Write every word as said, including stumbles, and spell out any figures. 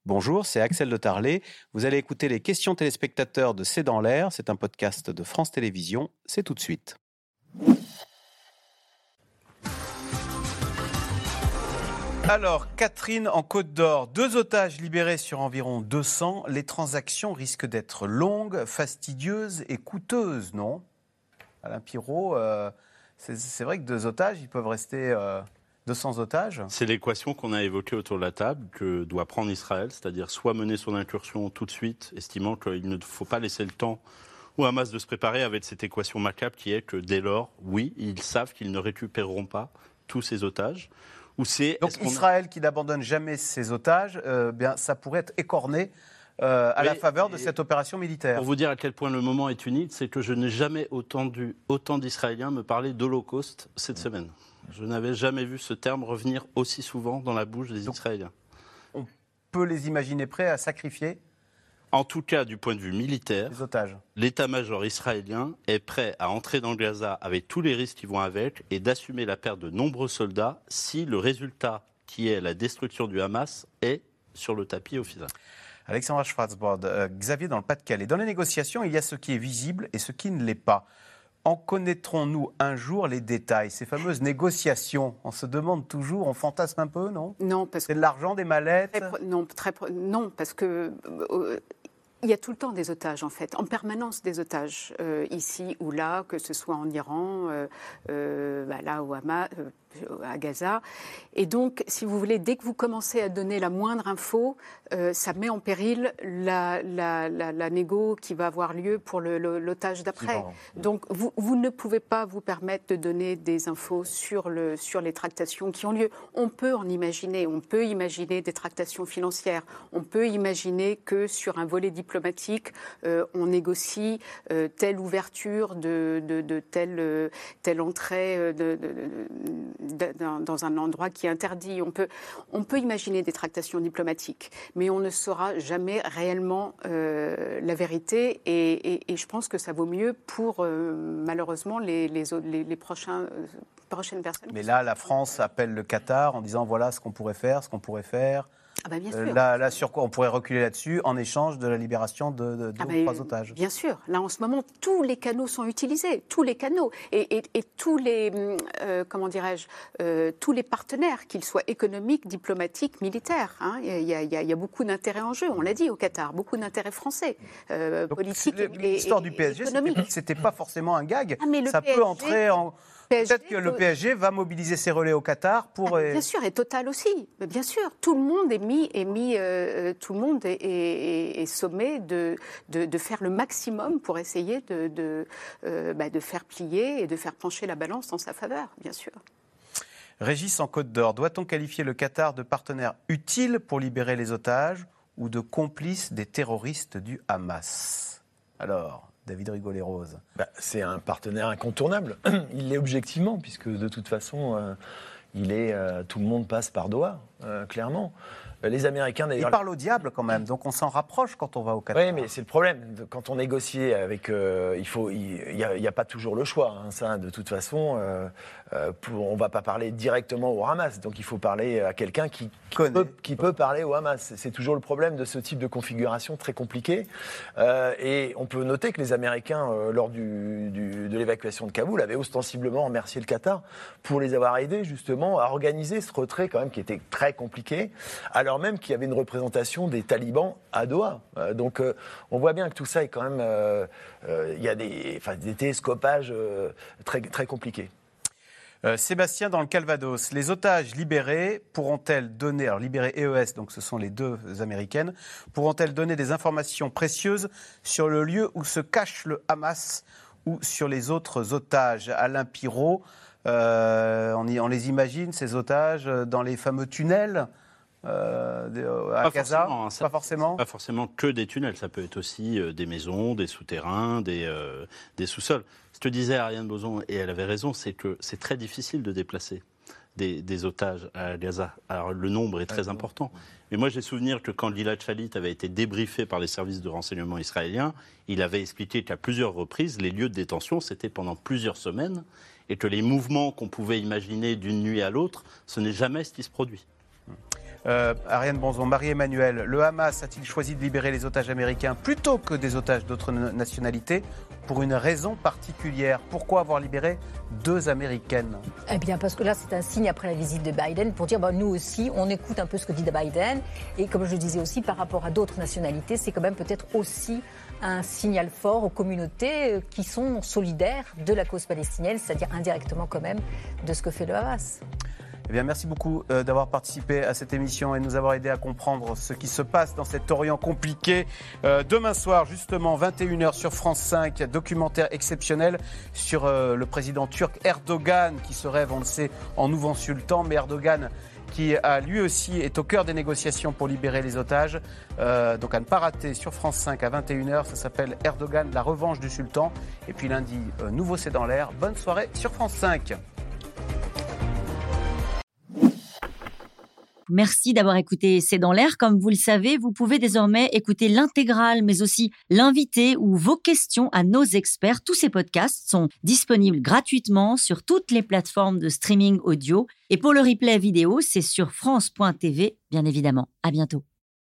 Bonjour, c'est Axel de Tarlet. Vous allez écouter les questions téléspectateurs de C'est dans l'air. C'est un podcast de France Télévisions. C'est tout de suite. Alors, Catherine en Côte d'Or, deux otages libérés sur environ deux cents. Les transactions risquent d'être longues, fastidieuses et coûteuses, non ? Alain Pirot, euh, c'est, c'est vrai que deux otages, ils peuvent rester... Euh deux cents otages. C'est l'équation qu'on a évoquée autour de la table, que doit prendre Israël, c'est-à-dire soit mener son incursion tout de suite, estimant qu'il ne faut pas laisser le temps au Hamas de se préparer, avec cette équation macabre qui est que dès lors, oui, ils savent qu'ils ne récupéreront pas tous ces otages. Ou c'est, Donc Israël a... qui n'abandonne jamais ses otages, euh, bien, ça pourrait être écorné euh, à oui, la faveur de cette opération militaire. Pour vous dire à quel point le moment est unique, c'est que je n'ai jamais entendu autant d'Israéliens me parler d'Holocauste cette mmh. semaine. Je n'avais jamais vu ce terme revenir aussi souvent dans la bouche des Donc, Israéliens. On peut les imaginer prêts à sacrifier ? En tout cas, du point de vue militaire, les otages. L'état-major israélien est prêt à entrer dans Gaza avec tous les risques qui vont avec et d'assumer la perte de nombreux soldats si le résultat, qui est la destruction du Hamas, est sur le tapis au final. Alexandra Schwarzbord, euh, Xavier dans le Pas-de-Calais. Dans les négociations, il y a ce qui est visible et ce qui ne l'est pas. En connaîtrons-nous un jour les détails, ces fameuses négociations? On se demande toujours, on fantasme un peu, non? Non, parce que... C'est de l'argent, des mallettes? très, non, très, non, parce que... Euh, il y a tout le temps des otages, en fait, en permanence des otages, euh, ici ou là, que ce soit en Iran, euh, euh, bah là au Hamas, euh, à Gaza. Et donc, si vous voulez, dès que vous commencez à donner la moindre info, euh, ça met en péril la, la, la, la négo qui va avoir lieu pour le, le, l'otage d'après. Donc, vous, vous ne pouvez pas vous permettre de donner des infos sur, le, sur les tractations qui ont lieu. On peut en imaginer, on peut imaginer des tractations financières, on peut imaginer que sur un volet diplomatique, euh, on négocie euh, telle ouverture de, de, de telle, euh, telle entrée de, de, de dans un endroit qui est interdit. On peut, on peut imaginer des tractations diplomatiques, mais on ne saura jamais réellement euh, la vérité et, et, et je pense que ça vaut mieux pour, euh, malheureusement, les, les, les, les prochains, euh, prochaines personnes. Mais là, la France appelle le Qatar en disant voilà ce qu'on pourrait faire, ce qu'on pourrait faire. Ah bah bien sûr. Euh, là, là, sur quoi on pourrait reculer là-dessus en échange de la libération de, de deux ah ou bah, trois otages. Bien sûr. Là, en ce moment, tous les canaux sont utilisés, tous les canaux et, et, et tous les, euh, comment dirais-je, euh, tous les partenaires, qu'ils soient économiques, diplomatiques, militaires. Hein. Il, y a, il, y a, il y a beaucoup d'intérêts en jeu. On l'a dit au Qatar, beaucoup d'intérêts français, euh, Donc, politiques le, et, l'histoire et, du P S G, économiques. c'était, c'était pas forcément un gag. Ah, mais le ça P S G, peut entrer en. P S G, Peut-être que le P S G va mobiliser ses relais au Qatar pour. Ah, bien sûr, et Total aussi. Mais bien sûr, tout le monde est mis, est mis, euh, tout le monde est, est, est sommé de, de, de faire le maximum pour essayer de, de, euh, bah, de faire plier et de faire pencher la balance en sa faveur, bien sûr. Régis en Côte d'Or, doit-on qualifier le Qatar de partenaire utile pour libérer les otages ou de complice des terroristes du Hamas? Alors. David Rigolet-Rose. Bah, c'est un partenaire incontournable. Il l'est objectivement, puisque de toute façon, euh, il est, euh, tout le monde passe par Doha, euh, clairement. Les Américains, d'ailleurs... Il parle au diable quand même, donc on s'en rapproche quand on va au Qatar. Oui, mais c'est le problème. Quand on négocie avec... Euh, il faut, il n'y a, a pas toujours le choix. Hein, ça, de toute façon, euh, euh, pour, on ne va pas parler directement au Hamas. Donc il faut parler à quelqu'un qui, qui, peut, qui peut parler au Hamas. C'est toujours le problème de ce type de configuration très compliquée. Euh, et on peut noter que les Américains, euh, lors du, du, de l'évacuation de Kaboul, avaient ostensiblement remercié le Qatar pour les avoir aidés, justement, à organiser ce retrait, quand même, qui était très compliqué. Alors, alors même qu'il y avait une représentation des talibans à Doha. Euh, donc euh, on voit bien que tout ça est quand même... Euh, euh, il y a des, enfin, des télescopages euh, très, très compliqués. Euh, Sébastien dans le Calvados, les otages libérés pourront-elles donner, alors libérés E E S, donc ce sont les deux américaines, pourront-elles donner des informations précieuses sur le lieu où se cache le Hamas ou sur les autres otages? Alain Pirot, euh, on, y, on les imagine, ces otages, dans les fameux tunnels Euh, de, à pas Gaza, forcément, hein, ça, pas forcément. Pas forcément que des tunnels, ça peut être aussi euh, des maisons, des souterrains, des, euh, des sous-sols. Ce que disait Ariane Bozon, et elle avait raison, c'est que c'est très difficile de déplacer des, des otages à Gaza. Alors le nombre est très ah, important. Mais moi j'ai souvenir que quand Gilad Shalit avait été débriefé par les services de renseignement israéliens, il avait expliqué qu'à plusieurs reprises, les lieux de détention, c'était pendant plusieurs semaines, et que les mouvements qu'on pouvait imaginer d'une nuit à l'autre, ce n'est jamais ce qui se produit. Euh, Ariane Bonzon, Marie-Emmanuelle, le Hamas a-t-il choisi de libérer les otages américains plutôt que des otages d'autres nationalités pour une raison particulière? Pourquoi avoir libéré deux Américaines? Eh bien, parce que là, c'est un signe après la visite de Biden pour dire, bah, nous aussi, on écoute un peu ce que dit Biden. Et comme je le disais aussi, par rapport à d'autres nationalités, c'est quand même peut-être aussi un signal fort aux communautés qui sont solidaires de la cause palestinienne, c'est-à-dire indirectement quand même de ce que fait le Hamas. Eh bien, merci beaucoup euh, d'avoir participé à cette émission et de nous avoir aidé à comprendre ce qui se passe dans cet Orient compliqué. Euh, demain soir, justement, vingt et une heures sur France cinq, documentaire exceptionnel sur euh, le président turc Erdogan qui se rêve, on le sait, en nouveau sultan. Mais Erdogan qui a, lui aussi est au cœur des négociations pour libérer les otages. Euh, donc à ne pas rater sur France cinq à vingt et une heures, ça s'appelle Erdogan, la revanche du sultan. Et puis lundi, euh, nouveau C'est dans l'air. Bonne soirée sur France cinq. Merci d'avoir écouté C'est dans l'air. Comme vous le savez, vous pouvez désormais écouter l'intégrale, mais aussi l'invité ou vos questions à nos experts. Tous ces podcasts sont disponibles gratuitement sur toutes les plateformes de streaming audio. Et pour le replay vidéo, c'est sur France point T V, bien évidemment. À bientôt.